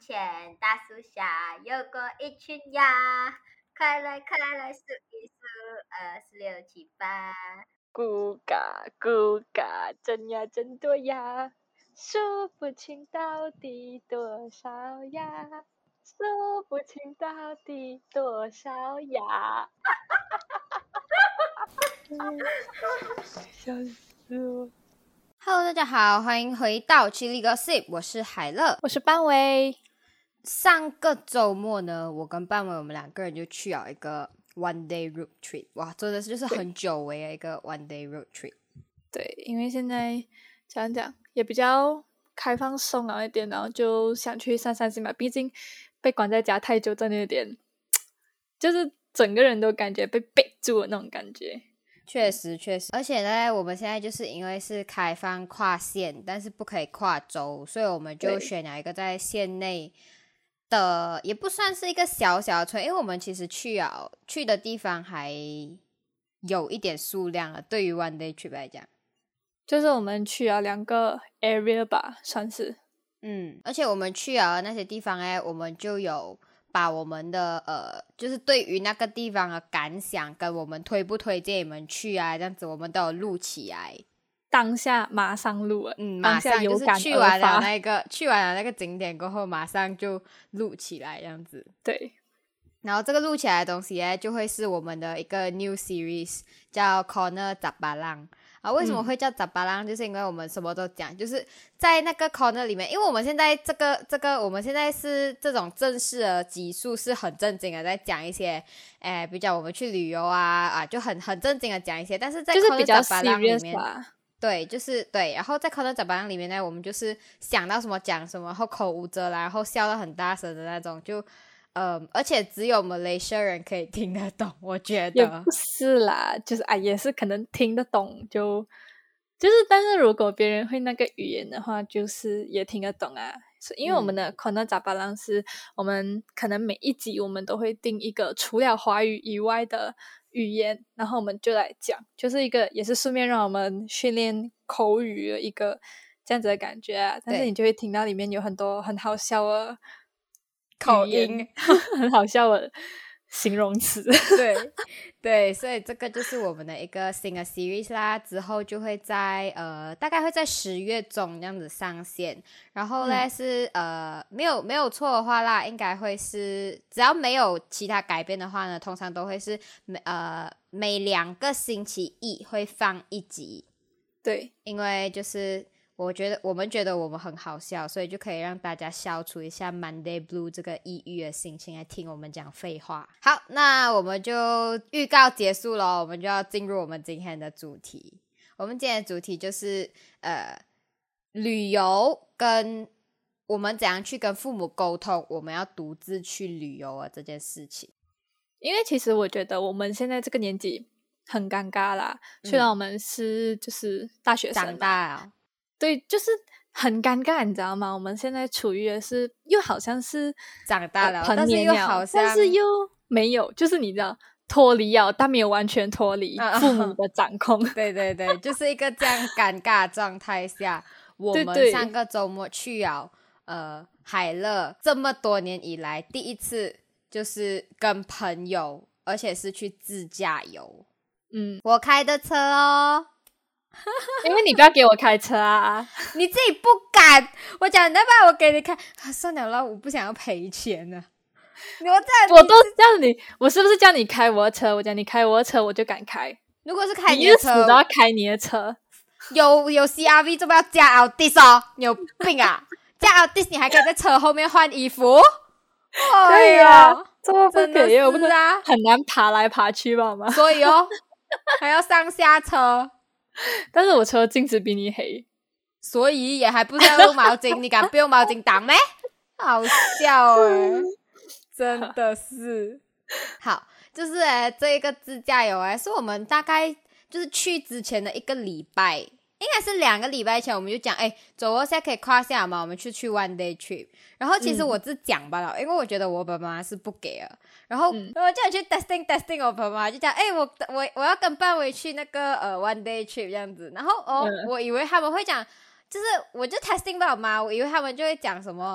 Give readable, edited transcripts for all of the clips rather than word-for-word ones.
前大树下有过一群鸭，快来快来数一数，2、4、6、7、8。 咕嘎咕嘎，真呀真多呀，数不清到底多少呀，数不清到底多少呀。笑死我 ！Hello， 大家好，欢迎回到七力 Gossip， 我是海乐， 我是班维。 上个周末呢，我跟班维我们两个人就去了一个 one day road trip， 哇，真的是就是很久违的一个 one day road trip。 对，因为现在讲也比较开放松朗一点，然后就想去散散心嘛。毕竟被关在家太久，真的有点，就是整个人都感觉被憋住的那种感觉。 确实，而且呢，我们现在就是因为是开放跨县，但是不可以跨州，所以我们就选了一个在县内的，也不算是一个小小的村，因为我们其实去的地方还有一点数量了，对于 one day trip 来讲。 就是我们去了2个 area 吧，算是。 而且我们去了那些地方我们就有把我们的就是对于那个地方的感想跟我们推不推荐你们去啊，这样子我们都有录起来。 当下马上录了， 马上就是去完了那个景点过后，马上就录起来这样子。 对。 然后这个录起来的东西就会是我们的一个 new series， 叫 Corner 杂巴郎。为什么会叫杂巴郎？就是因为我们什么都讲，就是在那个 corner 里面，因为我们现在我们现在是这种正式的集数，是很正经的在讲一些，比较我们去旅游就很正经的讲一些，但是在 corner 杂巴郎里面，对，就是对，然后在 corner 杂巴郎里面呢，我们就是想到什么讲什么，然后口无遮拦，然后笑到很大声的那种，就。而且只有 Malaysia 人可以听得懂，我觉得也不是啦，就是也是可能听得懂，就是但是如果别人会那个语言的话，就是也听得懂啊。因为我们的 Corner 杂巴郎是我们可能每一集我们都会定一个除了华语以外的语言，然后我们就来讲，就是一个也是顺便让我们训练口语的一个这样子的感觉啊。但是你就会听到里面有很多很好笑的口音很好笑的形容词。 对，所以这个就是我们的一个新的 series 啦，之后就会在大概会在10月中这样子上线，然后呢是没有错的话啦，应该会是只要没有其他改变的话呢，通常都会是每2个星期一会放一集。 对， 因为就是我们觉得我们很好笑，所以就可以让大家消除一下 Monday Blue 这个抑郁的心情来听我们讲废话。好，那我们就预告结束了，我们就要进入我们今天的主题。我们今天的主题就是旅游跟我们怎样去跟父母沟通我们要独自去旅游啊这件事情。 因为其实我觉得我们现在这个年纪很尴尬啦，虽然我们是就是大学生长大了， 对，就是很尴尬，你知道吗？我们现在处于的是又好像是长大了， 成年了，但是又没有，就是你知道脱离了，但没有完全脱离父母的掌控。 对，就是一个这样尴尬的状态下，我们上个周末去了海乐这么多年以来第一次就是跟朋友，而且是去自驾游。我开的车哦。 因为你不要给我开车啊。 你自己不敢，我讲要不然我给你开算了啦，我不想要赔钱啊。 我都叫你，我是不是叫你开我的车？我讲你开我的车我就敢开。 如果是开你的车， 你死都要开你的车。 有 CRV 怎么要加 Altis 哦？你有病啊。加 Altis 你还可以在车后面换衣服。 可以啊，这么不可以？ 我不是啊， 很难爬来爬去吧吗？ 所以还要上下车。 但是我车镜子比你黑， 所以也还不是要用毛巾。你敢不用毛巾挡咩？好笑真的是。好，就是这一个自驾游是我们大概就是去之前的1个礼拜，应该是2个礼拜前，我们就讲走现在可以跨下嘛，我们去 one day trip。然后其实我只讲罢了，因为我觉得我爸爸妈妈是不给的。然后我叫你去 testing 我爸爸妈妈就讲我要跟伴维去那个one day trip 这样子。然后我以为他们会讲，就是我就 testing 不了嘛，我以为他们就会讲什么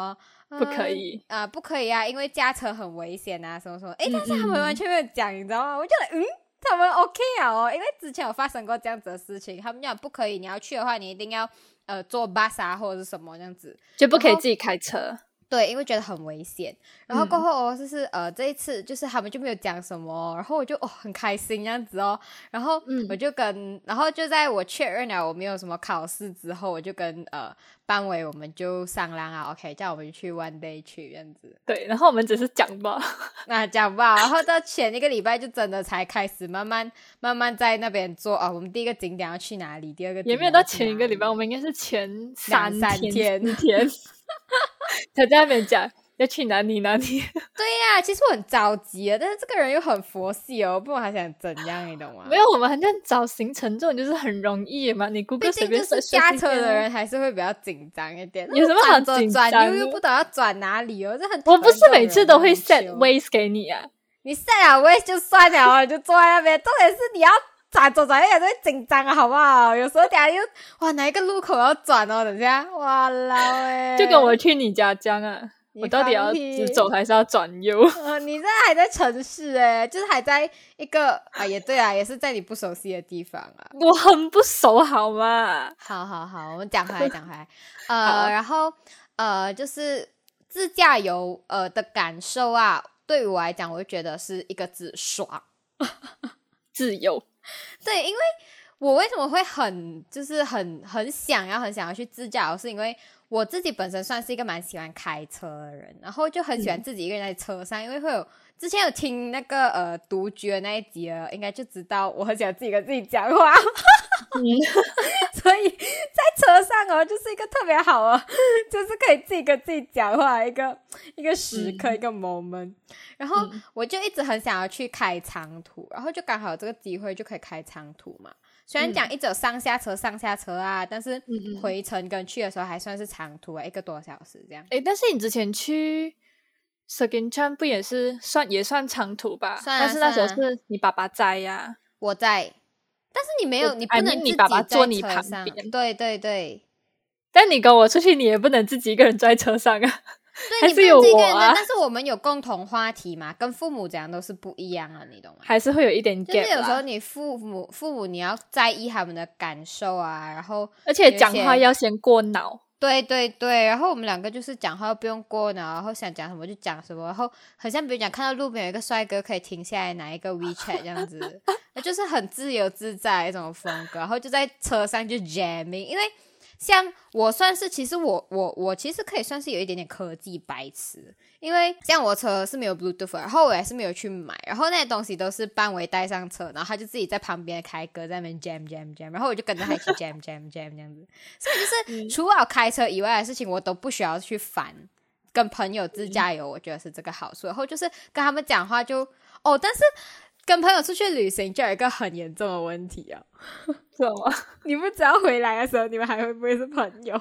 不可以不可以啊，因为驾车很危险啊，什么什么。但是他们完全没有讲，你知道吗？我觉得他们 OK 啊因为之前有发生过这样子的事情，他们讲不可以，你要去的话，你一定要坐 bus 啊或者是什么这样子， 就不可以自己开车。 对，因为觉得很危险。然后过后就是这一次就是他们就没有讲什么，然后我就很开心这样子然后我就然后就在我确认了我没有什么考试之后，我就跟班委我们就商量啊 OK 叫我们去 one day 去这样子。 对，然后我们只是讲吧讲吧，然后到前一个礼拜就真的才开始慢慢在那边做我们第一个景点要去哪里，第二个景点也没有到前一个礼拜，我们应该是前3天才在那边讲要去哪里哪里。 对呀，其实我很着急但是这个人又很佛系不然还想怎样你懂吗？ 没有，我们好像找行程这种就是很容易嘛，你 Google 随便就是驾车的人还是会比较紧张一点， 有什么好紧张的？ 又不懂要转哪里这很我不是每次都会 set Waze 给你啊， 你 set 了 Waze 就算了你就坐在那边，重点是你要走一点就会紧张好不好？有时候等下又哪一个路口要转等一下哇啦就跟我去你家这样我到底要直走还是要转右？ 你现在还在城市就是还在一个也对也是在你不熟悉的地方我很不熟好吗？ 好，我们讲回来然后就是自驾游的感受对于我来讲，我会觉得是一个字爽自由。 对，因为我为什么会很想要去自驾游，是因为我自己本身算是一个蛮喜欢开车的人，然后就很喜欢自己一个人在车上，因为会有之前有听那个独居的那一集应该就知道我很喜欢自己跟自己讲话所以在车上就是一个特别好就是可以自己跟自己讲话一个时刻一个 moment。然后我就一直很想要去开长途，然后就刚好有这个机会就可以开长途嘛。虽然讲一直有上下车但是回程跟去的时候还算是长途1个多小时这样。 但是你之前去 Sekinchan 不也算长途吧？但是那时候是你爸爸在呀。 我在，但是你没有，你不能自己你爸爸坐你在车上旁边。 对但你跟我出去你也不能自己一个人坐在车上对， 还是有我但是我们有共同话题嘛，跟父母讲都是不一样你懂吗？ 还是会有一点 gap 就是有时候你父母你要在意他们的感受然后而且讲话要先过脑。 对，然后我们两个就是讲话不用过脑，然后想讲什么就讲什么，然后很像比如讲看到路边有一个帅哥可以停下来拿一个 WeChat 这样子就是很自由自在的一种风格，然后就在车上就 jamming。 因为像我算是其实我其实可以算是有一点点科技白痴，因为像我车是没有 Bluetooth， 然后我也是没有去买，然后那些东西都是班委带上车，然后他就自己在旁边开歌在那边 jam， 然后我就跟着他一起 jam 这样子。所以就是除了开车以外的事情我都不需要去烦，跟朋友自驾游我觉得是这个好处。然后就是跟他们讲话就但是跟朋友出去旅行就有一个很严重的问题什么？ 你不知道回来的时候你们还会不会是朋友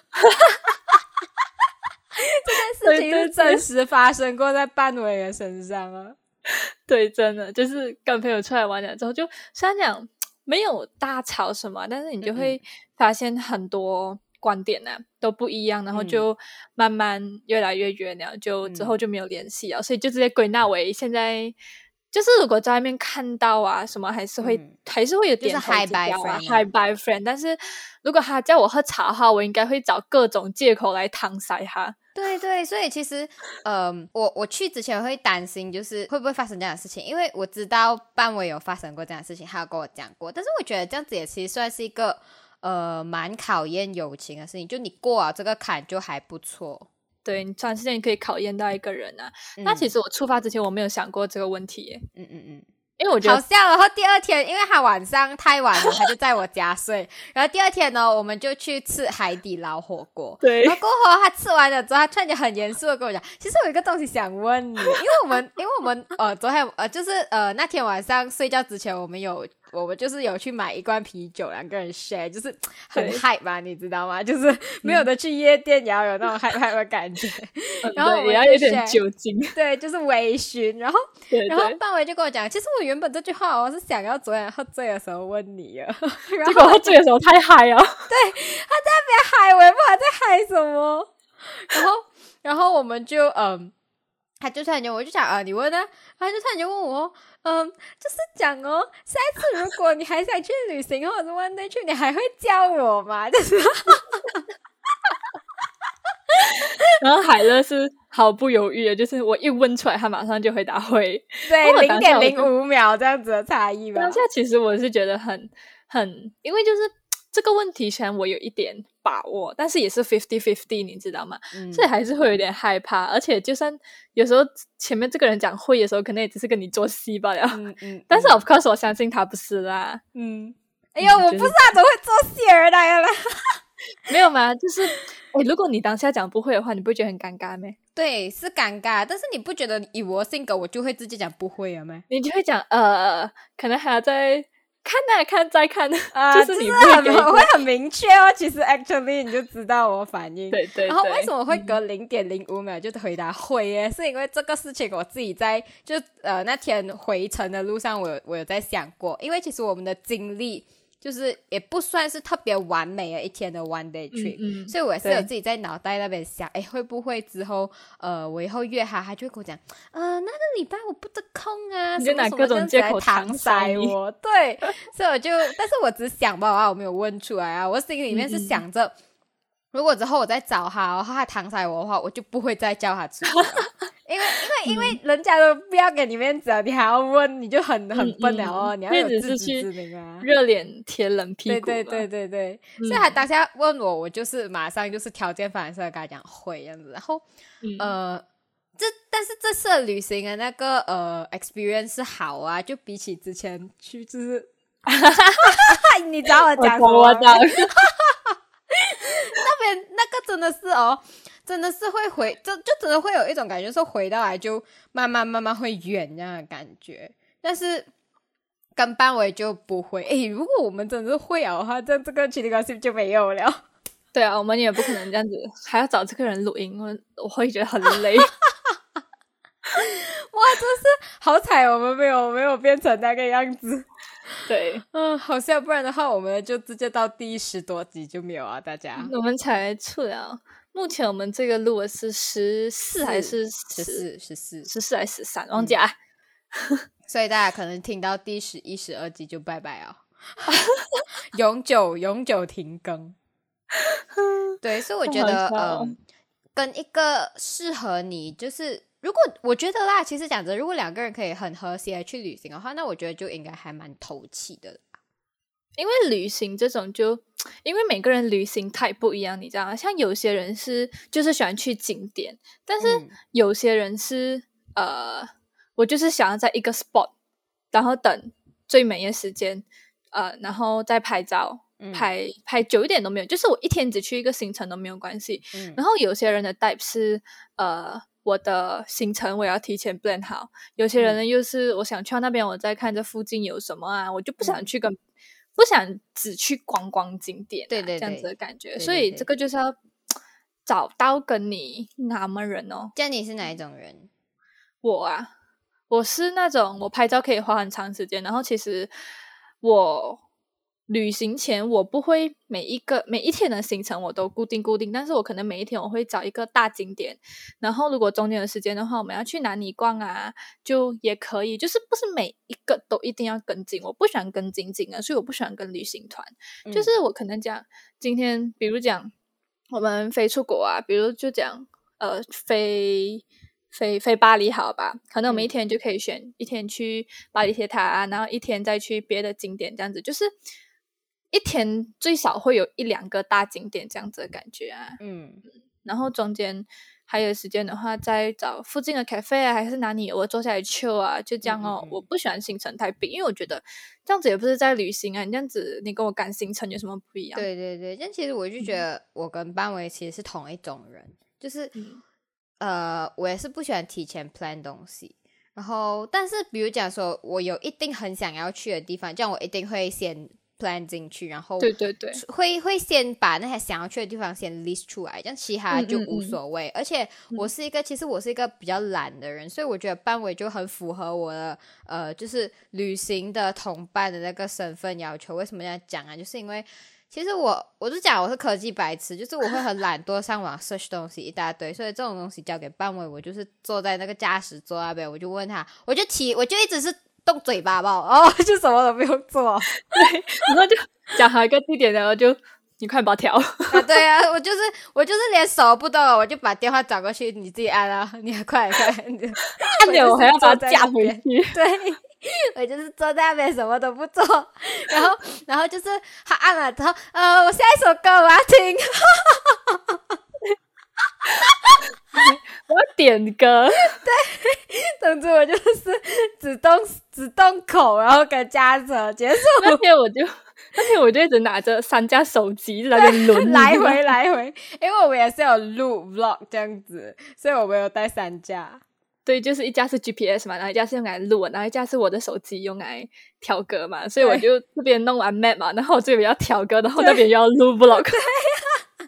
这件事情是真实发生过在班委的身上对，真的就是跟朋友出来玩了之后，就虽然讲没有大吵什么，但是你就会发现很多观点都不一样，然后就慢慢越来越远了，就之后就没有联系了，所以就直接归纳为现在就是如果在外面看到什么还是会有点头之交hi bye friend， 但是如果他叫我喝茶的话，我应该会找各种借口来搪塞他。 对，所以其实我去之前会担心就是会不会发生这样的事情，因为我知道班委有发生过这样的事情，他有跟我讲过，但是我觉得这样子也其实算是一个蛮考验友情的事情，就你过了这个坎就还不错。 对，你长时间可以考验到一个人那其实我出发之前我没有想过这个问题耶。因为我觉得好笑。然后第二天因为他晚上太晚了他就在我家睡然后第二天呢我们就去吃海底捞火锅。 对， 然后过后他吃完了之后他突然间很严肃的跟我讲，其实我有一个东西想问你，因为我们昨天就是那天晚上睡觉之前我们就是有去买一罐啤酒2个人 share， 就是很 hype 嘛，你知道吗？就是没有的去夜店也要有那种 hype 的感觉然后我们也要有点酒精， 对，就是微醺。然后班委就跟我讲，其实我原本这句话我是想要昨天喝醉的时候问你结果喝醉的时候太嗨对，他在那边嗨，我也不知道他在嗨什么。 然后我们就他就突然间我就讲你问啊，他就突然间问我就是讲下一次如果你还想去旅行或者 one day trip 你还会叫我吗？就是然后海乐是毫不犹豫的，就是我一问出来他马上就回答会。 对0.05秒这样子的差异吧。 当下其实我是觉得很因为就是这个问题虽然我有一点把握，但是也是 50-50 你知道吗？所以还是会有点害怕，而且就算有时候前面这个人讲会的时候可能也只是跟你做戏罢了。但是 of course 我相信他不是啦。 哎呦我不是那种会做戏的人来了。 没有嘛，就是如果你当下讲不会的话，你不会觉得很尴尬吗？ 对，是尴尬，但是你不觉得以我的性格我就会直接讲不会了吗？ 你就会讲可能还要再看再看就是你会很明确哦。其实 actually 你就知道我反应。 对。 然后为什么会隔0.05秒就回答会耶？是因为这个事情我自己在就那天回程的路上我有在想过，因为其实我们的经历就是也不算是特别完美的一天的 one day trip，所以我也是有自己在脑袋那边想会不会之后我以后约他就会跟我讲那个礼拜我不得空啊， 你就拿各种借口搪塞我。对，所以我就但是我只想吧我没有问出来啊，我心里面是想着如果之后我再找他然后他搪塞我的话，我就不会再叫他出去了。因为人家都不要给你面子你还要问，你就很笨了你要有自知之明啊， 热脸贴冷屁股。 对，所以他当下问我就是马上就是条件反射跟他讲会这样子。然后但是这次的旅行的那个experience 是好啊，就比起之前去就是你知道我讲什么？ 我知道那边那个真的是真的是会就真的会有一种感觉，说回到来就慢慢会远这样的感觉。但是跟班委就不会。如果我们真的是会的话，这个 cheating gossip 就没有了。 对啊，我们也不可能这样子还要找这个人录音，我会觉得很累。 哇，真是好彩我们没有变成那个样子。 对， 好像不然的话我们就直接到第10多集就没有啊。大家我们才出了目前我们这个录的是14还是14还是13忘记啊。 所以大家可能听到第11、12集就拜拜哦。永久停更。对，所以我觉得跟一个适合你就是如果我觉得啦，其实讲真，如果2个人可以很和谐的去旅行的话，那我觉得就应该还蛮投契的。 因为旅行这种因为每个人旅行太不一样，你知道吗？像有些人就是喜欢去景点，但是有些人是我就是想要在一个 spot 然后等最美的时间然后再拍照拍久一点都没有，就是我一天只去一个行程都没有关系。然后有些人的 type 是我的行程我要提前 plan 好，有些人呢又是我想去到那边我再看这附近有什么啊，我就不想去不想只去观光景点对这样子的感觉。所以这个就是要找到跟你哪么人这样你是哪一种人？ 我是那种我拍照可以花很长时间，然后其实我旅行前我不会每一天的行程我都固定，但是我可能每一天我会找一个大景点，然后如果中间的时间的话我们要去哪里逛啊就也可以，就是不是每一个都一定要跟进，我不喜欢跟紧的，所以我不喜欢跟旅行团。就是我可能讲今天比如讲我们飞出国啊，比如就讲飞巴黎好吧，可能我们一天就可以选一天去巴黎铁塔啊，然后一天再去别的景点，这样子就是一天最少会有1-2个大景点这样子的感觉啊。然后中间还有时间的话再找附近的 cafe 啊，还是哪里我坐下来 chill 啊，就这样我不喜欢行程太逼，因为我觉得这样子也不是在旅行啊，你这样子你跟我赶行程有什么不一样？ 对，但其实我就觉得我跟班维其实是同一种人，就是我也是不喜欢提前 plan 东西，然后但是比如讲说我有一定很想要去的地方，这样我一定会先 plan 进去，然后对会先把那些想要去的地方先 list 出来，这样其他就无所谓。而且其实我是一个比较懒的人，所以我觉得班委就很符合我的就是旅行的同伴的那个身份要求。为什么要讲啊？就是因为其实我就讲我是科技白痴，就是我会很懒惰上网 search 东西一大堆，所以这种东西交给范伟，我就是坐在那个驾驶座那边，我就问他，我就一直是动嘴巴吧，哦，就什么都不用做。 对，然后就讲好一个地点，然后就你快把它调。 啊，对啊，我就是连手不动，我就把电话转过去，你自己按啊，你快按钮我还要把它架回去。 对。我就是坐在那边什么都不做，然后就是他按了之后，我下一首歌我要听， 我要点歌。 对，总之我就是只动口，然后跟驾车结束。 那天我就一直拿着3架手机在那边轮来回，因为我们也是有录 vlog 这样子，所以我们有带3架。 对，就是一架是 GPS 嘛，然后一架是用来录，然后一架是我的手机用来调歌嘛，所以我就这边弄完 map 嘛，然后我这边要调歌，然后那边又要录 vlog。对啊，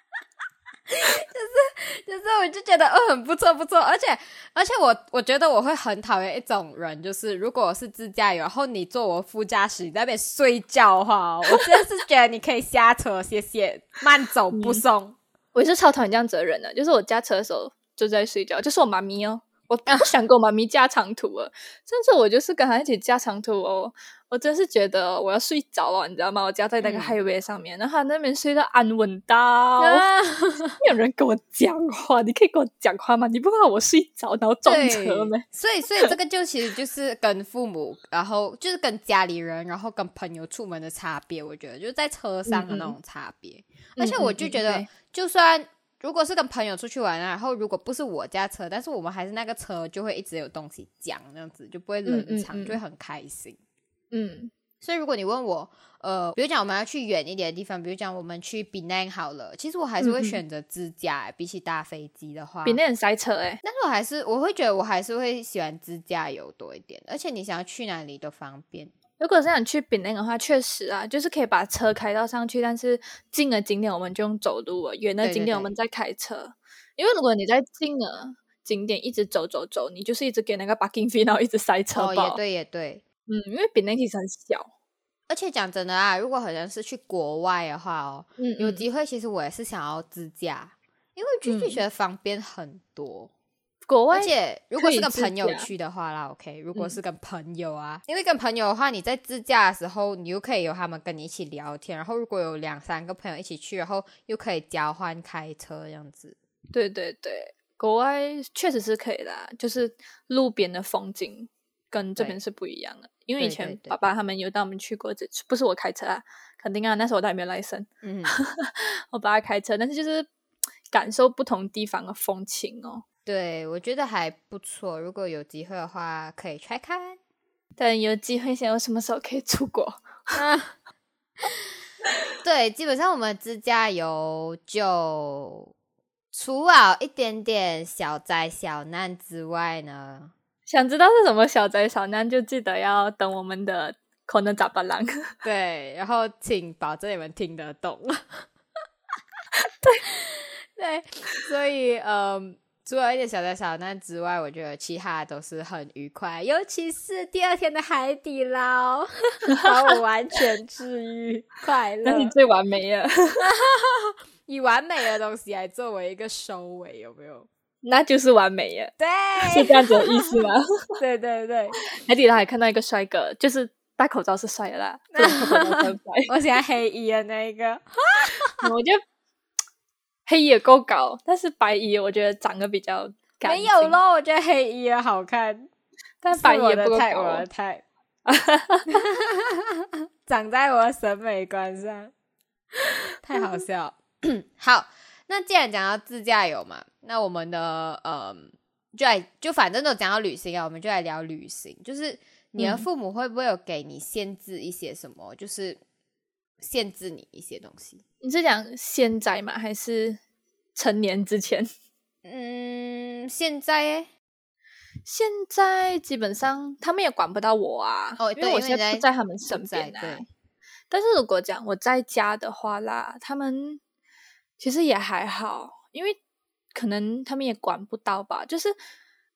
就是我就觉得很不错，而且我觉得我会很讨厌一种人，就是如果我是自驾游，然后你坐我副驾驶，你在那边睡觉的话，我真的是觉得你可以下车，谢谢，慢走不送。 我也是超讨厌这样子的人的，就是我驾车的时候就在睡觉，就是我妈咪哦。我不想跟我妈咪驾长途了，甚至我就是跟她一起驾长途哦，我真是觉得我要睡着了，你知道吗？我家在那个 highway 上面，然后她那边睡到安稳到，没有人跟我讲话，你可以跟我讲话吗？你不怕我睡着然后撞车吗？ 所以这个就其实就是跟父母，然后就是跟家里人，然后跟朋友出门的差别，我觉得就是在车上的那种差别。而且我就觉得，就算如果是跟朋友出去玩啊，然后如果不是我驾车，但是我们还是那个车，就会一直有东西讲，那样子就不会冷场，就会很开心。所以如果你问我，比如讲我们要去远一点的地方，比如讲我们去 Penang 好了，其实我还是会选择自驾，比起搭飞机的话。 Penang 很塞车但是我会觉得我还是会喜欢自驾游多一点，而且你想要去哪里都方便。 如果是想去Penang的话，确实啊，就是可以把车开到上去，但是近的景点我们就用走路了，远的景点我们再开车。因为如果你在近的景点一直走，你就是一直给那个 parking fee， 然后一直塞车爆。 也对。 因为Penang其实很小。 而且讲真的啊，如果好像是去国外的话有机会，其实我也是想要自驾，因为就觉得方便很多。 国外， 而且如果是跟朋友去的话啦 ，OK， 如果是跟朋友啊，因为跟朋友的话，你在自驾的时候，你又可以有他们跟你一起聊天，然后如果有2-3个朋友一起去，然后又可以交换开车这样子。 对，国外确实是可以的，就是路边的风景跟这边是不一样的。因为以前爸爸他们有带我们去过，不是我开车啊，肯定啊，那时候我都还没有license，我爸开车，但是就是感受不同地方的风情哦。 对，我觉得还不错，如果有机会的话可以 try 看。 但有机会想有什么时候可以出国对，基本上我们自驾游就除了一点点小灾小难之外呢， 想知道是什么小灾小难就记得要等我们的可能咋巴郎。 对，然后请保证你们听得懂。对，所以除了一点小灾小难之外，我觉得其他都是很愉快，尤其是第2天的海底捞把我完全治愈快乐。 那是最完美的。 以完美的东西来作为一个收尾，有没有？ 那就是完美的。 对， 是这样子的意思吗？ 对， 海底捞还看到一个帅哥，就是戴口罩是帅的啦，不然口罩真帅。 我喜欢黑衣的那一个。 我觉得黑衣也够高，但是白衣我觉得长得比较干净。 没有咯，我觉得黑衣的好看， 但白衣也不够高。 我的太长在我的审美观上，太好笑。好，那既然讲到自驾游嘛，那我们的就反正都讲到旅行啊，我们就来聊旅行。就是你的父母会不会有给你限制一些什么？就是限制你一些东西？ 你是讲现在吗？还是成年之前？ 现在耶。 现在基本上他们也管不到我啊，因为我现在不在他们身边啊。但是如果讲我在家的话啦，他们其实也还好，因为可能他们也管不到吧。就是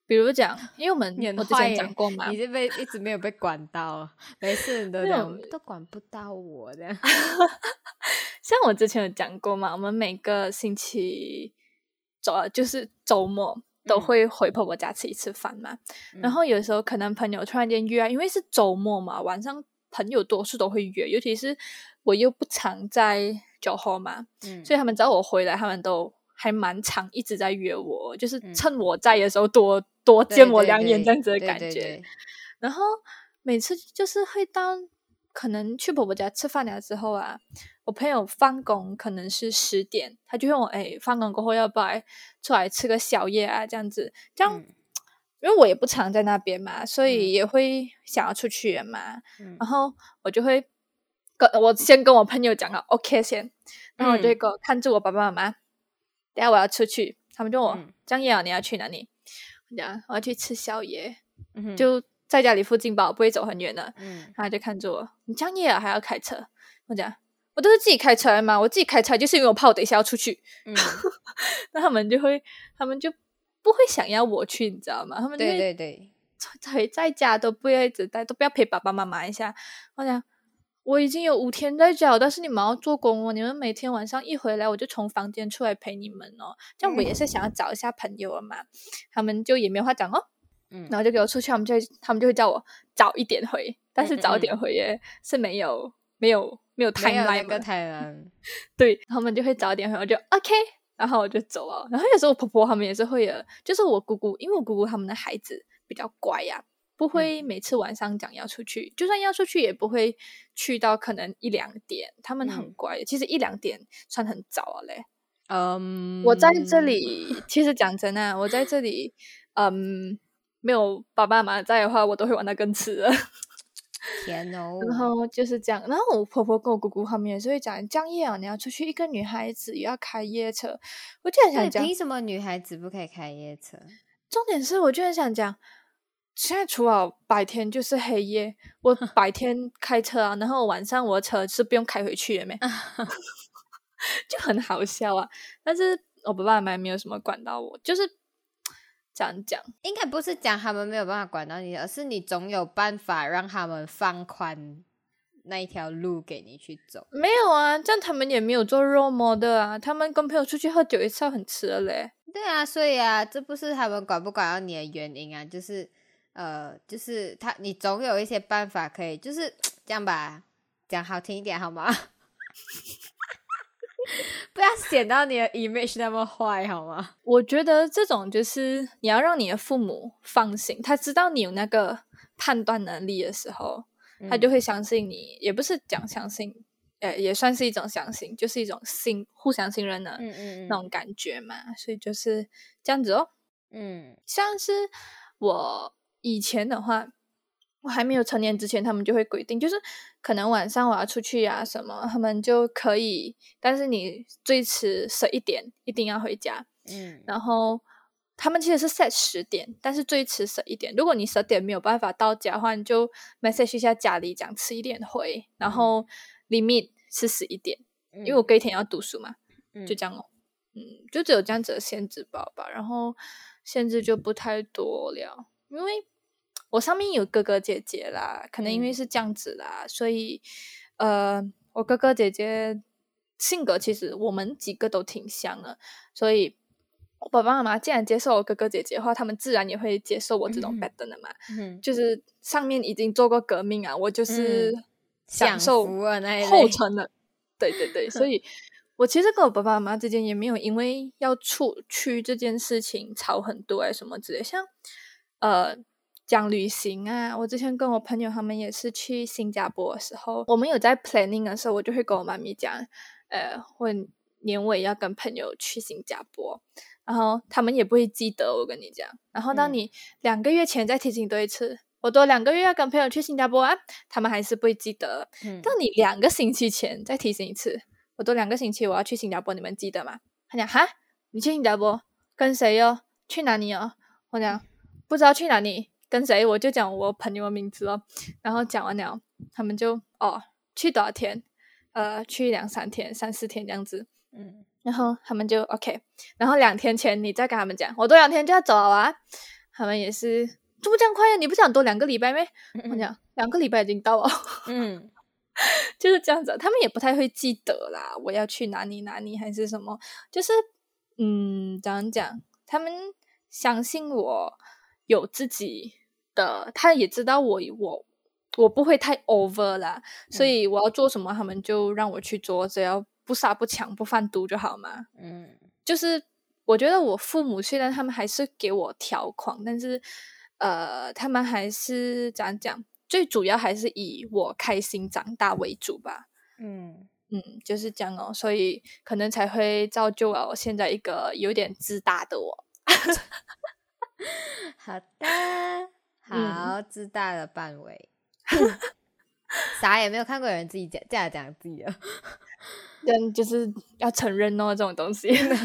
比如讲，因为我之前你很坏耶讲过嘛， 你这边一直没有被管到，每次人都这样都管不到我这样。 像我之前有讲过嘛，我们每个星期就是周末都会回婆婆家吃一次饭嘛。然后有时候可能朋友突然间约啊，因为是周末嘛，晚上朋友多数都会约，尤其是我又不常在酒后嘛，所以他们找我回来，他们都还蛮常一直在约我，就是趁我在的时候多见我2眼这样子的感觉。 对。 然后每次就是会到可能去婆婆家吃饭了之后啊，我朋友放工可能是10点，他就问我放工过后要不要出来吃个宵夜啊这样子。这样因为我也不常在那边嘛，所以也会想要出去嘛。然后我就会我先跟我朋友讲了 OK 先，然后我就会看住我爸爸妈妈，等下我要出去，他们就问我这样夜你要去哪里？我讲我要去吃宵夜，就在家里附近吧，我不会走很远的。然后就看着我，你这样夜还要开车？我讲我都是自己开车嘛，我自己开车就是因为我怕我等一下要出去。那他们就不会想要我去，你知道吗？他们就会对在家都不要一直待，都不要陪爸爸妈妈一下。我讲我已经有5天在家，但是你们要做工哦，你们每天晚上一回来我就从房间出来陪你们哦。这样我也是想要找一下朋友了嘛。他们就也没有话讲哦。然后就给我出去，他们就会叫我早一点回，但是早一点回也是没有 timeline 的。对，他们就会早一点回，我就 OK， 然后我就走了。然后有时候我婆婆他们也是会的，就是我姑姑，因为我姑姑他们的孩子比较乖呀，不会每次晚上讲要出去，就算要出去也不会去到可能1-2点，他们很乖的。其实1-2点算很早了嘞。我在这里其实讲真啊，我在这里没有爸爸妈妈在的话，我都会玩得更迟了。 天哦！ 然后就是这样，然后我婆婆跟我姑姑他们也是会讲，这样夜你要出去，一个女孩子也要开夜车。我就很想讲， 凭什么女孩子不可以开夜车？ 重点是，我就很想讲，现在除了白天就是黑夜，我白天开车啊，然后晚上我的车是不用开回去的没，就很好笑啊。但是我爸爸妈妈没有什么管到我，就是这样讲， 应该不是讲他们没有办法管到你，而是你总有办法让他们放宽那一条路给你去走。 没有啊，这样他们也没有做 role model 啊，他们跟朋友出去喝酒也是要很迟了嘞。 对啊，所以啊，这不是他们管不管到你的原因啊，就是你总有一些办法可以，就是这样吧，讲好听一点好吗？不要显到你的 image 那么坏好吗？ 我觉得这种就是你要让你的父母放心，他知道你有那个判断能力的时候，他就会相信你，也不是讲相信，也算是一种相信，就是一种互相信任的那种感觉嘛。所以就是这样子哦。像是我以前的话，我还没有成年之前，他们就会规定，就是可能晚上我要出去啊什么，他们就可以，但是你最迟11点一定要回家。然后他们其实是 set 10点，但是最迟11点。如果你10点没有办法到家的话，你就 message 一下家里讲迟一点回，然后 limit 是11点，因为我隔一天要读书嘛，就这样哦。就只有这样子的限制吧，然后限制就不太多了，因为我上面有哥哥姐姐啦，可能因为是这样子啦，所以我哥哥姐姐性格其实我们几个都挺像的，所以我爸爸妈妈既然接受我哥哥姐姐的话，他们自然也会接受我这种 pattern 的嘛。就是上面已经做过革命啊，我就是享受后尘的。对对对，所以我其实跟我爸爸妈妈之间也没有因为要出去这件事情吵很多还是什么之类，像讲旅行啊，我之前跟我朋友他们也是去新加坡的时候，我们有在 planning 的时候，我就会跟我妈咪讲，我年尾要跟朋友去新加坡，然后他们也不会记得，我跟你讲。然后当你2个月前再提醒多一次，我多2个月要跟朋友去新加坡啊，他们还是不会记得。当你2个星期前再提醒一次，我多2个星期我要去新加坡，你们记得吗？他讲哈，你去新加坡跟谁哦？去哪里哦？我讲不知道去哪里，跟谁？我就讲我朋友的名字哦。然后讲完了，他们就去多少天？去2-3天、3-4天这样子。然后他们就 OK。然后2天前你再跟他们讲，我多2天就要走了啊。 他们也是怎么这样快啊？你不是讲多2个礼拜咩？我讲2个礼拜已经到了，就是这样子。他们也不太会记得啦，我要去哪里哪里还是什么，就是怎样讲？他们相信我有自己的，他也知道我不会太 over 啦，所以我要做什么，他们就让我去做，只要不杀不抢不贩毒就好嘛。就是我觉得我父母虽然他们还是给我条款，但是他们还是怎样讲，最主要还是以我开心长大为主吧。就是这样哦，所以可能才会造就了我现在一个有点自大的我。 好的，好，自大的范围。啥也没有看过有人自己这样讲自己的， 但就是要承认哦，这种东西。 像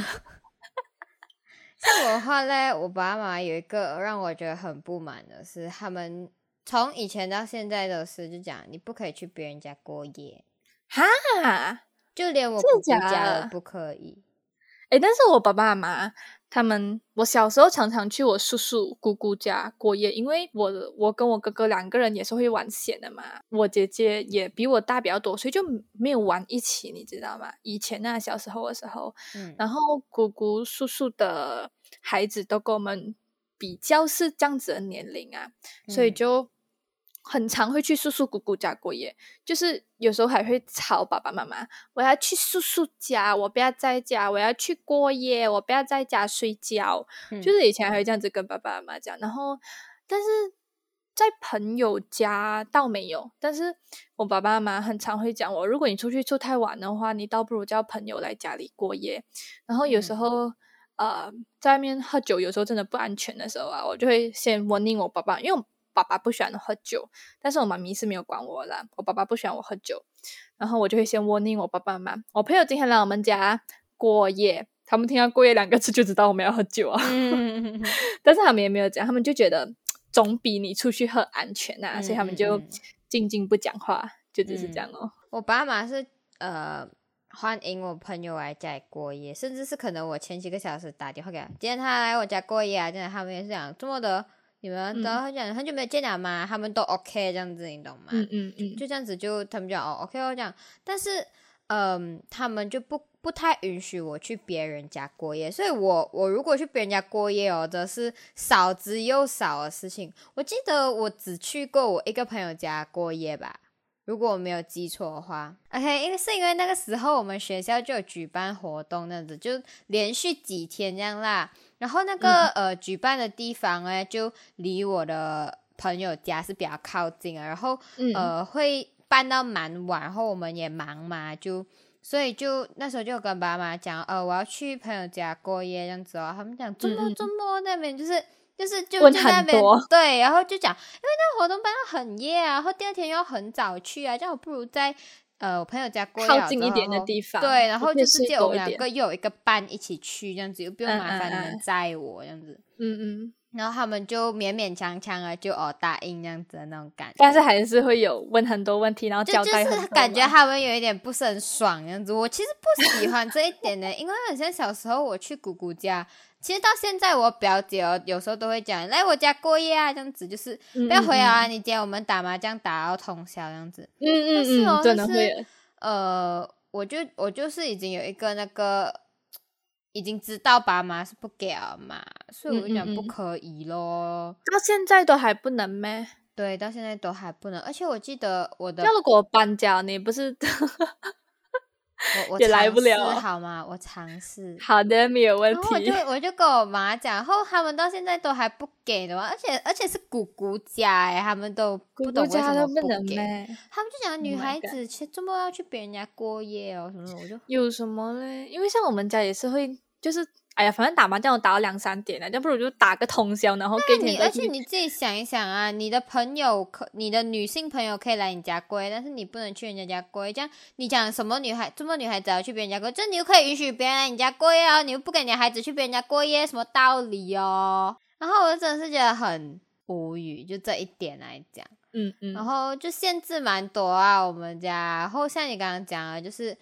我的话呢，我爸妈有一个让我觉得很不满的是，他们从以前到现在都是就讲你不可以去别人家过夜， 哈， 就连我姑姑家都不可以。 但是我爸爸妈妈他们，我小时候常常去我叔叔姑姑家过夜，因为我跟我哥哥2个人也是会玩闲的嘛，我姐姐也比我大比较多，所以就没有玩一起，你知道吗？以前小时候的时候，然后姑姑叔叔的孩子都跟我们比较是这样子的年龄啊，所以就很常会去叔叔姑姑家过夜，就是有时候还会吵爸爸妈妈，我要去叔叔家，我不要在家，我要去过夜，我不要在家睡觉，就是以前还会这样子跟爸爸妈妈讲。然后但是在朋友家倒没有，但是我爸爸妈妈很常会讲我，如果你出去住太晚的话，你倒不如叫朋友来家里过夜。然后有时候在外面喝酒，有时候真的不安全的时候啊，我就会先warning我爸爸，因为我爸爸不喜欢喝酒，但是我妈咪是没有管我啦，我爸爸不喜欢我喝酒，然后我就会先 warning 我爸爸妈妈，我朋友今天来我们家过夜，他们听到过夜2个字就知道我们要喝酒啊。但是他们也没有讲，他们就觉得总比你出去喝安全啊，所以他们就静静不讲话，就只是这样哦。 我爸妈是欢迎我朋友来家里过夜，甚至是可能我前几个小时打电话给他，今天他来我家过夜啊，真的他们也是讲这么的，你们都讲很久没有见了吗？他们都 OK 这样子，你懂吗？就这样子就他们就OK 这样，但是他们就不太允许我去别人家过夜，所以我如果去别人家过夜这是少之又少的事情。我记得我只去过我一个朋友家过夜吧，如果我没有记错的话。 OK， 因为那个时候我们学校就有举办活动，那样子就连续几天这样啦，然后那个举办的地方呢就离我的朋友家是比较靠近的，然后会办到蛮晚，然后我们也忙嘛，所以就那时候就跟爸妈讲我要去朋友家过夜这样子他们讲周末那边就是问那边很多， 对，然后就讲因为那个活动办到很夜啊，然后第二天又要很早去啊，这样我不如在我朋友家过夜靠近一点的地方， 对，然后就直接我们2个又有一个班一起去这样子，又不用麻烦你们载我这样子。然后他们就勉勉强强的就答应这样子的那种感觉， 但是还是会有问很多问题，然后交代很多， 就是感觉他们有一点不是很爽这样子。我其实不喜欢这一点的因为很像小时候我去姑姑家，其实到现在我表姐有时候都会讲来我家过夜啊这样子，就是不要回来啊，你今天我们打麻将打到通宵这样子。但是真的会我就是已经有一个那个已经知道爸妈是不给了嘛，所以我就讲不可以咯。 到现在都还不能咩？ 对，到现在都还不能。而且我记得我的， 要如果搬家你不是我也来不了尝试好吗？我尝试。 好的，没有问题。 然后我就跟我妈讲，然后他们到现在都还不给的嘛，而且是姑姑家他们都不懂为什么不给。他们就讲女孩子其实周末要去别人家过夜什么的，我就有什么嘞？因为像我们家也是会，就是哎呀，反正打麻将我打到2-3点了，要不如就打个通宵，然后隔天。 而且你自己想一想啊，你的朋友你的女性朋友可以来你家过夜，但是你不能去人家家过夜。这样你讲什么女孩子要去别人家过夜，这你又可以允许别人来你家过夜你又不给你的孩子去别人家过夜，什么道理哦？然后我就真的是觉得很无语，就这一点来讲。然后就限制蛮多啊，我们家。然后像你刚刚讲的，就是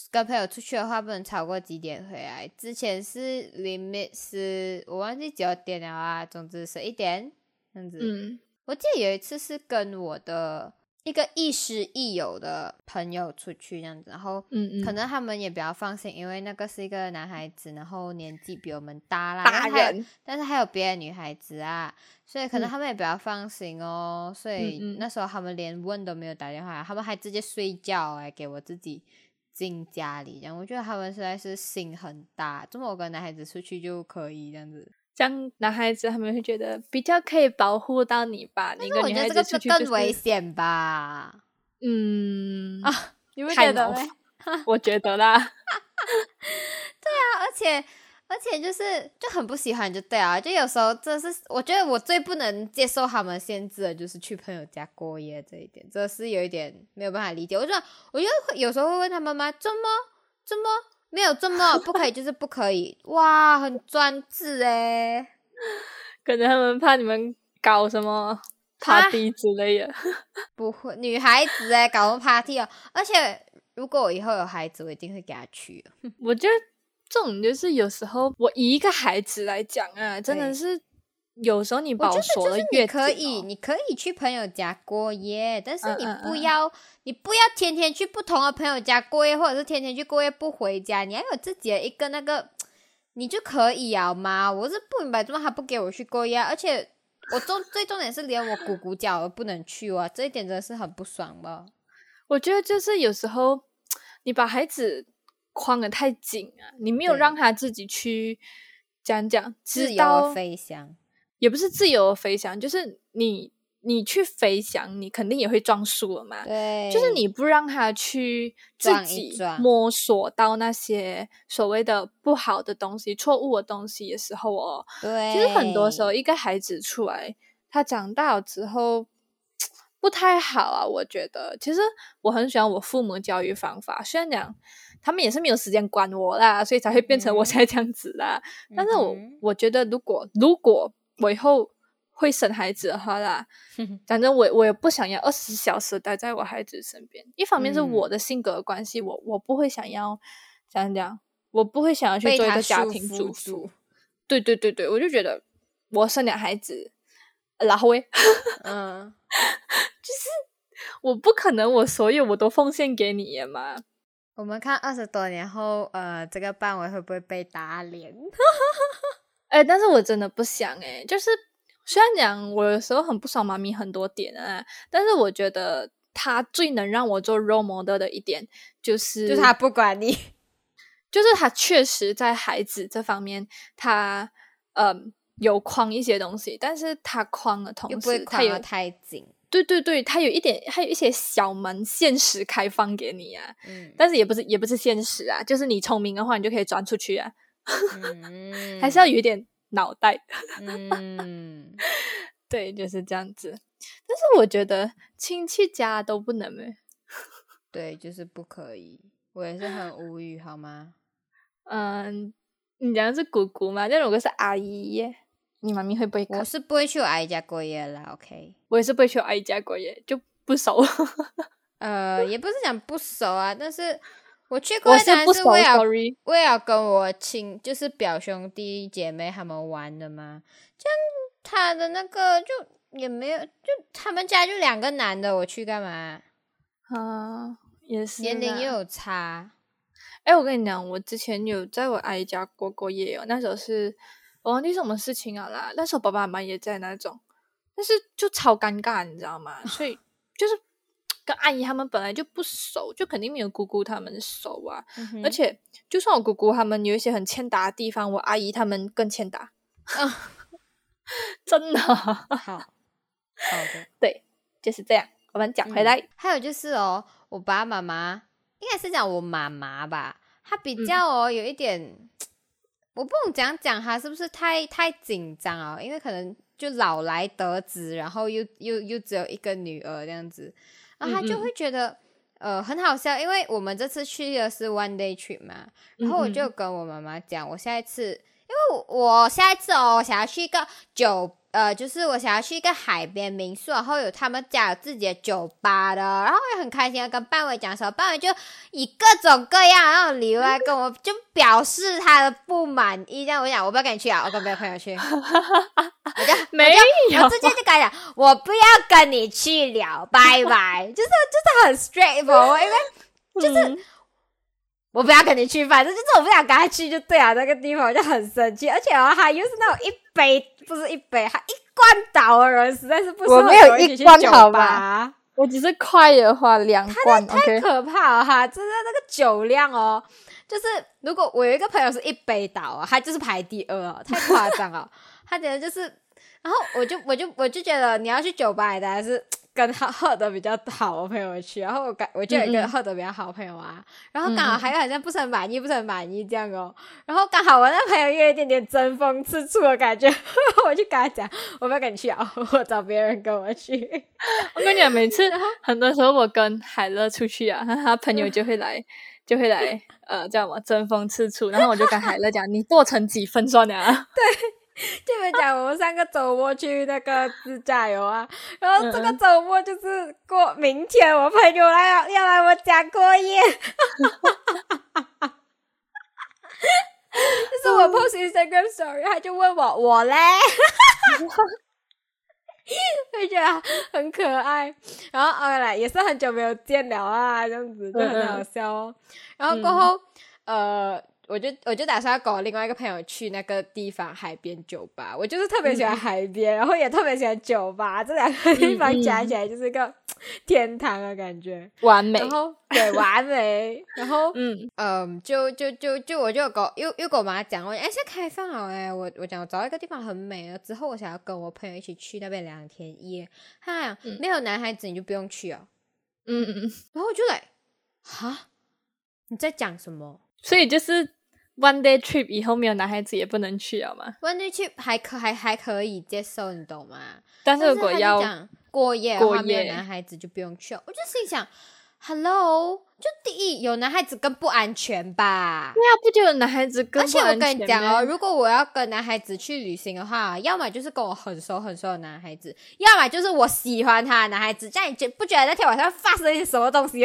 跟朋友出去的话，不能超过几点回来。之前是 limit 是我忘记几点了啊，总之11点这样子。我记得有一次是跟我的一个亦师亦友的朋友出去这样子，然后可能他们也比较放心，因为那个是一个男孩子，然后年纪比我们大啦， 大人， 但是还有别的女孩子啊，所以可能他们也比较放心哦。所以那时候他们连问都没有打电话，他们还直接睡觉给我自己进家里这样。我觉得他们实在是心很大，这么我跟男孩子出去就可以这样子。 这样男孩子他们会觉得比较可以保护到你吧，你跟女孩子出去更危险吧。 你会觉得吗？ 我觉得啦。 对啊，而且就很不喜欢就对啊，就有时候这是我觉得我最不能接受他们限制的就是去朋友家过夜这一点，这是有一点没有办法理解。我觉得有时候会问他妈妈怎么没有这么不可以就是不可以，哇，很专制可能他们怕你们搞什么 party 之类的。 不会，女孩子搞什么 party 哦。而且如果我以后有孩子，我一定会给他去。 我觉得这种就是有时候我以一个孩子来讲啊，真的是有时候你把我锁得越紧你可以去朋友家过夜，但是你不要天天去不同的朋友家过夜，或者是天天去过夜不回家，你要有自己的一个那个，你就可以啊嘛。我是不明白怎么他不给我去过夜，而且我最重点是连我姑姑家我都不能去啊，这一点真的是很不爽吧。 我觉得就是有时候你把孩子框得太紧啊，你没有让他自己去讲自由飞翔， 也不是自由飞翔，就是你去飞翔，你肯定也会撞树了嘛。 对， 就是你不让他去自己摸索到那些所谓的不好的东西、错误的东西的时候哦， 对， 其实很多时候一个孩子出来，他长大了之后不太好啊。我觉得，其实我很喜欢我父母教育方法，虽然讲他们也是没有时间管我啦，所以才会变成我现在这样子啦。但是我觉得，如果我以后会生孩子的话啦，反正我也不想要20小时待在我孩子身边。一方面是我的性格的关系，我不会想要讲，我不会想要去做一个家庭主妇。对，我就觉得我生2孩子，然后就是我不可能我所有我都奉献给你的嘛。 我们看20多年后，这个范围会不会被打脸？ 但是我真的不想就是虽然讲我有时候很不爽妈咪很多点啊，但是我觉得他最能让我做 role model 的一点就是他不管你， 就是他确实在孩子这方面他有框一些东西，但是他框的同时又不会框得太紧。 对，他有一些小门限时开放给你啊，但是也不是限时啊，就是你聪明的话你就可以钻出去啊，还是要有一点脑袋。对，就是这样子。但是我觉得亲戚家都不能对，就是不可以。我也是很无语好吗？ 你讲的是姑姑吗？那如果是阿姨耶，你妈咪会不会？ 我是不会去我阿姨家过夜啦 OK。 我也是不会去我阿姨家过夜，就不熟。 也不是讲不熟啊，但是我去过夜当然是我也要跟我就是表兄弟姐妹他们玩的嘛。这样他的那个就也没有，就他们家就2个男的，我去干嘛？ 也是年龄又有差。 我跟你讲，我之前有在我阿姨家过夜哦，那时候是我忘记什么事情了啦，那时候爸爸妈妈也在那种，但是就超尴尬你知道吗？所以就是跟阿姨他们本来就不熟，就肯定没有姑姑他们熟啊。而且就算我姑姑他们有一些很欠打的地方，我阿姨他们更欠打。真的。 好的， 对，就是这样。我们讲回来， 还有就是我爸妈妈应该是讲我妈妈吧，她比较有一点，我不懂讲她是不是太紧张因为可能就老来得子，然后又只有一个女儿这样子，然后她就会觉得很好笑，因为我们这次去的是 one day trip 嘛，然后我就跟我妈妈讲，我下一次，因为我下一次我想要去一个就是我想要去一个海边民宿，然后有他们家有自己的酒吧的，然后我也很开心的跟范伟讲说，范伟就以各种各样的那种理由来跟我就表示他的不满意，这样我讲我不要跟你去啊，我跟别的朋友去， 没有， 我直接就跟他讲，我不要跟你去了，拜拜，就是很 straightforward， 因为就是。我不要跟你去，反正就是我不想跟他去就对了，那个地方我就很生气，而且他又是那种不是一杯，他一罐倒的人，实在是不适合我没有一起去一罐酒好吧吧。 我只是快的话2罐太 ，OK。 可怕了哈！真的那个酒量哦，就是如果我有一个朋友是一杯倒啊，他就是排第2哦，太夸张了。他简直就是，然后我就觉得你要去酒吧，当然是跟他喝的比较好的朋友去，然后我就有一个喝的比较好的朋友啊，然后刚好还有好像不是很满意这样哦，然后刚好我那朋友又有一点点争风吃醋的感觉，我就跟他讲，我不要跟你去啊，我找别人跟我去。 我跟你讲，每次很多时候我跟海乐出去啊，他朋友就会来叫什么争风吃醋，然后我就跟海乐讲，你剁成几份算了啊？ 对。就你们讲，我们3个周末去那个自驾游啊，然后这个周末就是过明天，我朋友要来我家过夜，就是我 post Instagram story， 他就问我嘞，会觉得很可爱，然后来也是很久没有见了啊，这样子就很好笑哦。然后过后我就打算要跟我另外一个朋友去那个地方海边酒吧，我就是特别喜欢海边，然后也特别喜欢酒吧，这2个地方加起来就是一个天堂的感觉， 完美。 然后对，完美。然后就我就又跟我妈讲，我现在开放了我讲我找到一个地方很美了，之后我想要跟我朋友一起去那边2天1夜，他讲没有男孩子你就不用去啊，然后我就来哈，你在讲什么？ 所以就是one day trip 以后没有男孩子也不能去了嘛 ？one day trip 还可以接受，你懂吗？ 但是如果要过夜的话，没有男孩子就不用去了。我就心想 ，Hello， 就第一有男孩子更不安全吧？ 对啊，不就有男孩子更不安全？ 而且我跟你讲哦，如果我要跟男孩子去旅行的话，要么就是跟我很熟的男孩子，要么就是我喜欢他的男孩子。这样你不觉得那天晚上发生一些什么东西？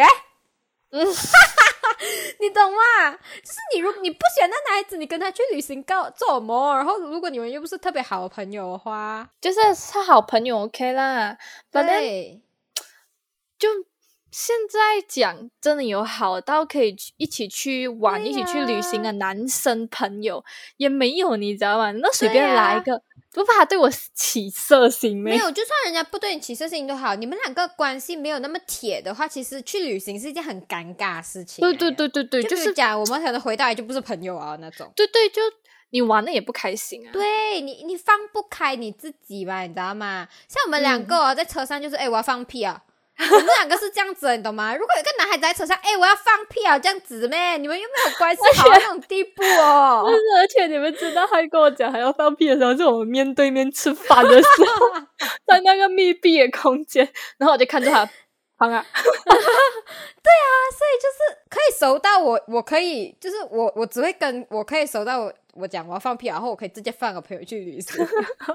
你懂吗？就是你不喜欢那男孩子，你跟他去旅行做什么？然后如果你们又不是特别好的朋友的话， 就是是好朋友 OK 啦。 对， 就现在讲真的有好到可以一起去玩、一起去旅行的男生朋友也没有，你知道吗？那随便来一个，不怕他对我起色心没有，就算人家不对你起色心都好，你们2个关系没有那么铁的话，其实去旅行是一件很尴尬的事情。 对， 就是讲我们可能回到来就不是朋友啊那种。 对，就你玩的也不开心啊。 对你放不开你自己吧，你知道吗？像我们2个在车上就是我要放屁啊。我们2个是这样子的，你懂吗？如果有一个男孩子在车上，我要放屁啊，这样子咩？你们又没有关系好到那种地步哦。 不是，而且你们知道他跟我讲还要放屁的时候，是我们面对面吃饭的时候，在那个密闭的空间，然后我就看着他放啊。 对啊，所以就是可以熟到我可以，就是我只会跟我可以熟到我讲我要放屁，然后我可以直接放个朋友去旅行，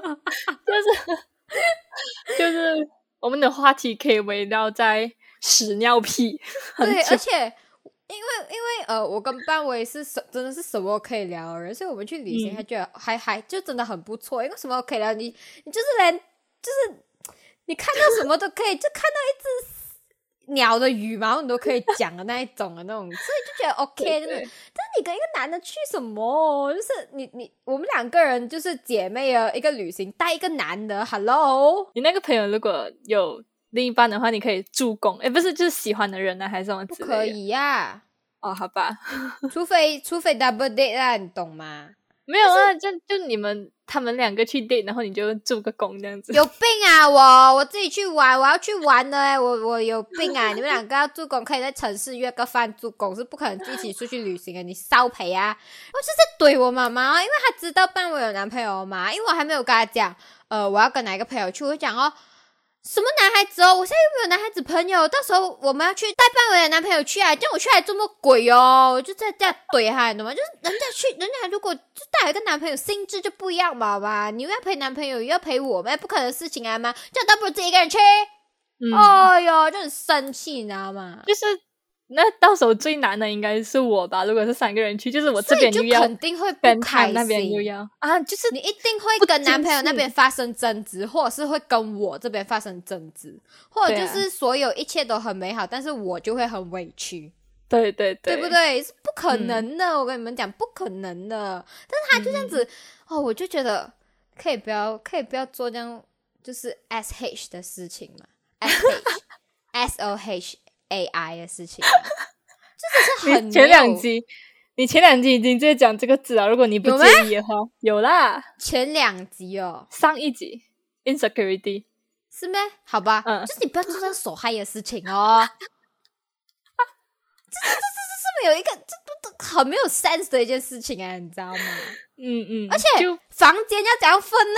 就是我们的话题可以围绕在屎尿屁。 对，而且因为我跟班维是真的是什么可以聊的人，所以我们去旅行还觉得还就真的很不错，因为什么可以聊，你就是连就是你看到什么都可以，就看到一只鸟的羽毛你都可以讲的那一种的那种，所以就觉得 OK 真的。但是你跟一个男的去什么？就是我们2个人就是姐妹的一个旅行，带一个男的 ，Hello， 你那个朋友如果有另一半的话，你可以助攻，不是就是喜欢的人呢，还是什么之类的？ 不可以呀。 哦，好吧， 除非 double date 啦，你懂吗？ 没有啊，就他们2个去 date， 然后你就助个攻这样子。 有病啊！我自己去玩，我要去玩的我有病啊！你们2个要助攻，可以在城市约个饭助攻，是不可能一起出去旅行的。你烧赔啊！我就是在怼我妈妈，因为她知道班我有男朋友嘛，因为我还没有跟她讲，我要跟哪一个朋友去，我就讲什么男孩子哦？我现在又没有男孩子朋友，到时候我们要去带半位的男朋友去啊，叫我去还这么鬼哦，我就在这样怼他，你懂吗？就是人家如果就带一个男朋友，性质就不一样嘛，你又要陪男朋友，又要陪我们，不可能的事情啊嘛，这样倒不如自己一个人去。哎呦，就很生气，你知道吗？ 就是那到时候最难的应该是我吧，如果是3个人去，就是我这边又要， 肯定会不跟开心， 他那边又要啊，就是你一定会跟男朋友那边发生争执，或者是会跟我这边发生争执，或者就是所有一切都很美好，但是我就会很委屈。 对， 对不对？是不可能的，我跟你们讲，不可能的。但是他就这样子，我就觉得可以不要做这样就是 SH 的事情嘛，SOHAI 的事情嘛，这只是很你前2集已经在讲这个字了，如果你不介意的话，有啦， 前2集哦， 上一集 insecurity 是咩？好吧，就是你不要做这样手害的事情哦。这是不是有一个这很没有 sense 的一件事情啊，你知道吗？而且房间要怎样分呢？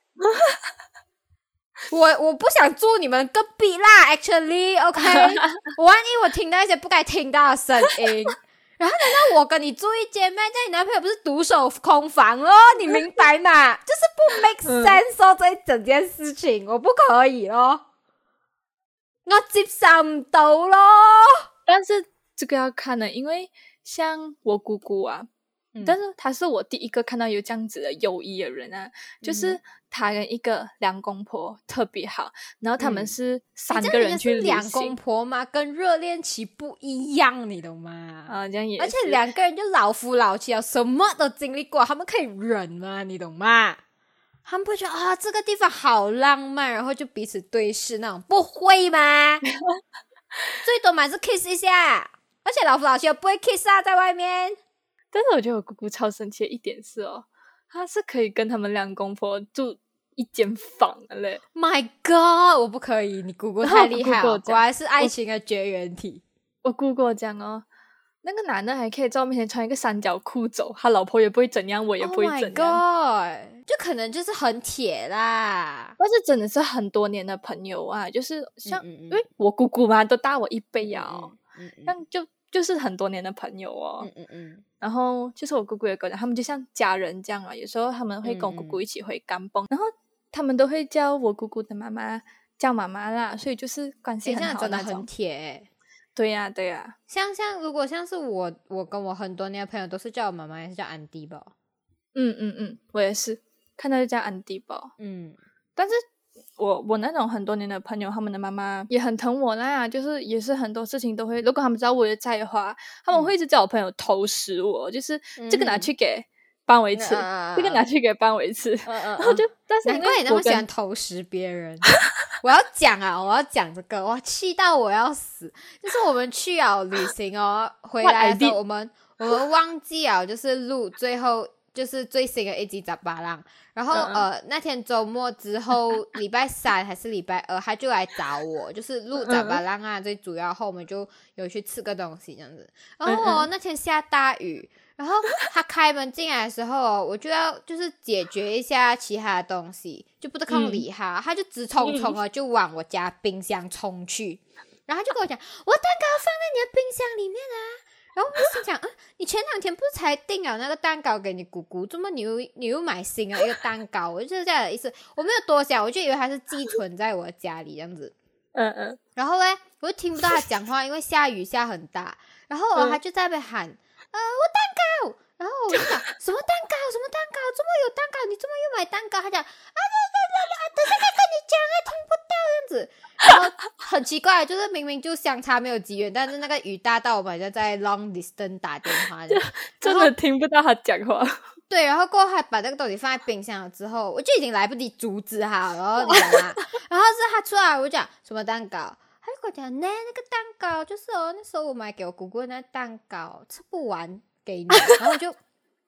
我不想住你们隔壁啦 ，actually OK 。万一我听到一些不该听到的声音，然后难道我跟你住一间咩？那你男朋友不是独守空房咯？你明白吗？就是不 make sense 哦，这一整件事情我不可以咯，我接受唔到咯。 但是这个要看的，因为像我姑姑啊，但是她是我第一个看到有这样子的友谊的人啊，就是她跟一个2公婆特别好，然后他们是3个人去旅行。 2公婆嘛，跟热恋期不一样，你懂吗？ 这样也是。 而且2个人就老夫老妻了，什么都经历过，他们可以忍吗？你懂吗？他们不会觉得这个地方好浪漫，然后就彼此对视那种，不会吗？最多嘛是 kiss 一下。而且老夫老妻不会 kiss 啊，在外面。 但是我觉得我姑姑超神奇的一点是她是可以跟他们2公婆住一间房的嘞。 My God， 我不可以，你姑姑太厉害了，果然是爱情的绝缘体。 我姑姑讲那个男的还可以在我面前穿一个3角裤走，他老婆也不会怎样，我也不会怎样。 Oh my God， 就可能就是很铁啦。 但是真的是很多年的朋友啊，就是像因为我姑姑嘛都大我1倍像就是很多年的朋友哦。然后就是我姑姑也跟我讲，他们就像家人这样有时候他们会跟我姑姑一起回甘榜，然后他们都会叫我姑姑的妈妈叫妈妈啦，所以就是关系很好， 真的很铁。 对呀， 像如果像是我跟我很多年的朋友都是叫我妈妈，也是叫安迪吧。 我也是看到就叫安迪吧。但是我那种很多年的朋友，他们的妈妈也很疼我啦，就是也是很多事情都会，如果他们知道我也在的话，他们会一直叫我朋友投食我，就是这个拿去给班维吃，这个拿去给班维吃，然后就但是难怪你那么喜欢投食别人。我要讲这个，哇，气到我要死！就是我们去旅行回来的时候，我们忘记就是录最后就是最新的一集杂巴郎，然后那天周末之后，礼拜3还是礼拜2，他就来找我，就是录杂巴郎啊，最主要后我们就有去吃个东西这样子。然后那天下大雨，然后他开门进来的时候我就要就是解决一下其他的东西，就不得空理他，他就直冲就往我家冰箱冲去，然后他就跟我讲，我蛋糕放在你的冰箱里面啊。然后我就心想，你前2天不是才订了那个蛋糕给你姑姑，怎么你又买新的一个蛋糕？我就是这样的意思，我没有多想，我就以为他是寄存在我的家里这样子。然后呢，我就听不到他讲话，因为下雨下很大。然后他就在那边喊，我蛋糕。然后我就讲什么蛋糕？怎么有蛋糕？你怎么又买蛋糕？他讲等下再跟你讲听不到这样子。然后很奇怪，就是明明就相差没有几远，但是那个雨大到我们就在 long distance 打电话， 真的听不到他讲话。 对，然后过后还把那个东西放在冰箱了之后，我就已经来不及阻止他了，然后你知道吗？然后是他出来，我就讲什么蛋糕？他就跟我讲那个蛋糕就是那时候我买给我姑姑的那蛋糕，吃不完给你，然后我就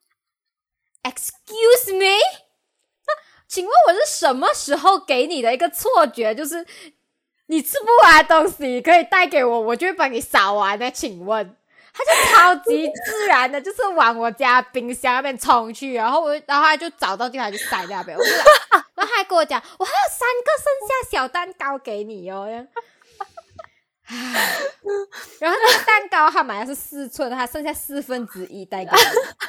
excuse me， 请问我是什么时候给你的一个错觉，就是你吃不完的东西可以带给我，我就会帮你扫完呢？请问他就超级自然的，就是往我家冰箱那边冲去，然后他就找到地方就塞在那边，我就然后他还跟我讲，我还有3个剩下小蛋糕给你哦。然后那个蛋糕他买的是4寸，他剩下1/4带给我。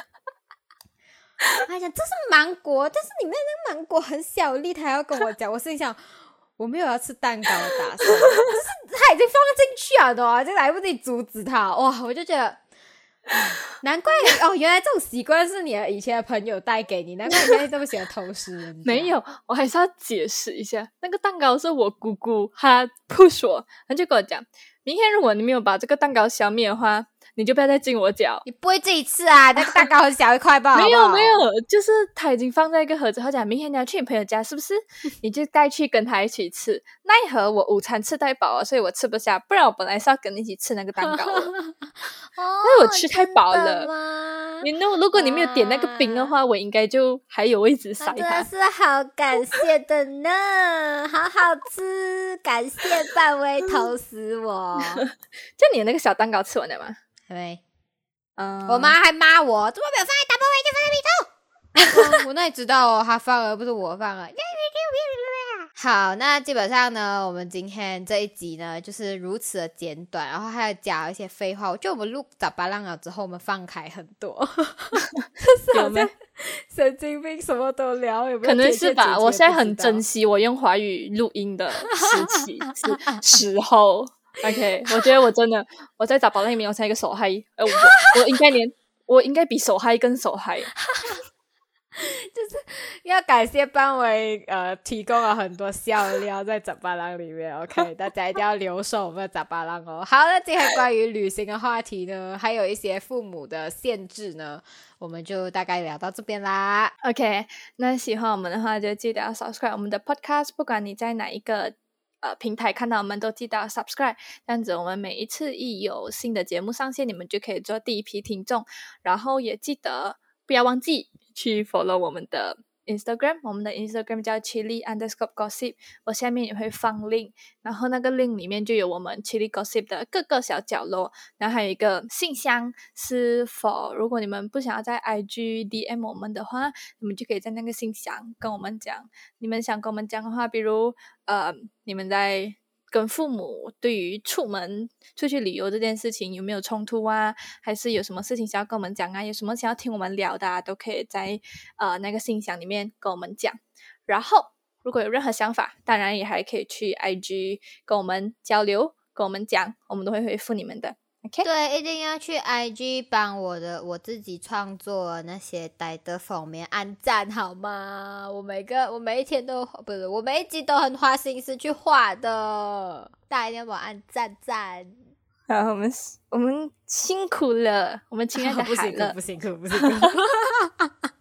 他讲这是芒果，但是里面那个芒果很小粒，他还要跟我讲，我心想我没有要吃蛋糕的打算，就是他已经放进去了的哦，就来不及阻止他。哇，我就觉得难怪哦，原来这种习惯是你的以前的朋友带给你，难怪你现在这么喜欢偷食人家。 没有，我还是要解释一下，那个蛋糕是我姑姑她 push 我，她就跟我讲，明天如果你没有把这个蛋糕消灭的话，你就不要再进我脚。 你不会自己吃啊？那个蛋糕很小一块吧？ 没有，就是他已经放在一个盒子，他讲明天你要去你朋友家是不是？你就带去跟他一起吃。奈何我午餐吃太饱了，所以我吃不下，不然我本来是要跟你一起吃那个蛋糕的。因为我吃太饱了。如果你没有点那个冰的话，我应该就还有位置塞它。 真的是好感谢的呢，好好吃，感谢半位投食我。 就你的那个小蛋糕吃完了吗？ 还没。我妈还骂我，怎么没有放在大包围，就放在里头。我哪里知道哦，她放了，不是我放了。好，那基本上呢，我们今天这一集呢，就是如此的简短，然后还有讲一些废话。我觉得我们录杂巴浪了之后，我们放开很多，有没有？神经病，什么都聊，有没有？ 可能是吧。我现在很珍惜我用华语录音的时候。OK， 我觉得我在杂巴浪里面，我像一个手嗨。我应该比手嗨更手嗨。 就是要感谢班委提供了很多笑料在杂巴浪里面。OK， 大家一定要留守我们的杂巴浪哦。好，那今天关于旅行的话题呢，还有一些父母的限制呢，我们就大概聊到这边啦。 OK， 那喜欢我们的话就记得要 subscribe 我们的 podcast， 不管你在哪一个平台看到我们都记得要 subscribe， 这样子我们每一次一有新的节目上线，你们就可以做第一批听众。然后也记得不要忘记去 follow 我们的 Instagram， 我们的 Instagram 叫 Chili_Gossip， 我下面也会放 link， 然后那个 link 里面就有我们 Chili Gossip 的各个小角落，然后还有一个信箱是 for 如果你们不想要在 IG DM 我们的话，你们就可以在那个信箱跟我们讲你们想跟我们讲的话，比如你们在跟父母对于出去旅游这件事情有没有冲突啊，还是有什么事情想要跟我们讲啊，有什么想要听我们聊的都可以在那个信箱里面跟我们讲。然后如果有任何想法，当然也还可以去 IG 跟我们交流，跟我们讲，我们都会回复你们的。Okay? 对，一定要去 IG 帮我自己创作那些呆的封面按赞好吗？我每一天都不是，我每一集都很花心思去画的，大家一定要帮我按赞。 好，我们辛苦了，我们亲爱的海乐， 不辛苦。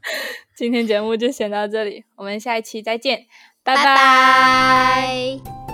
今天节目就先到这里，我们下一期再见，拜拜。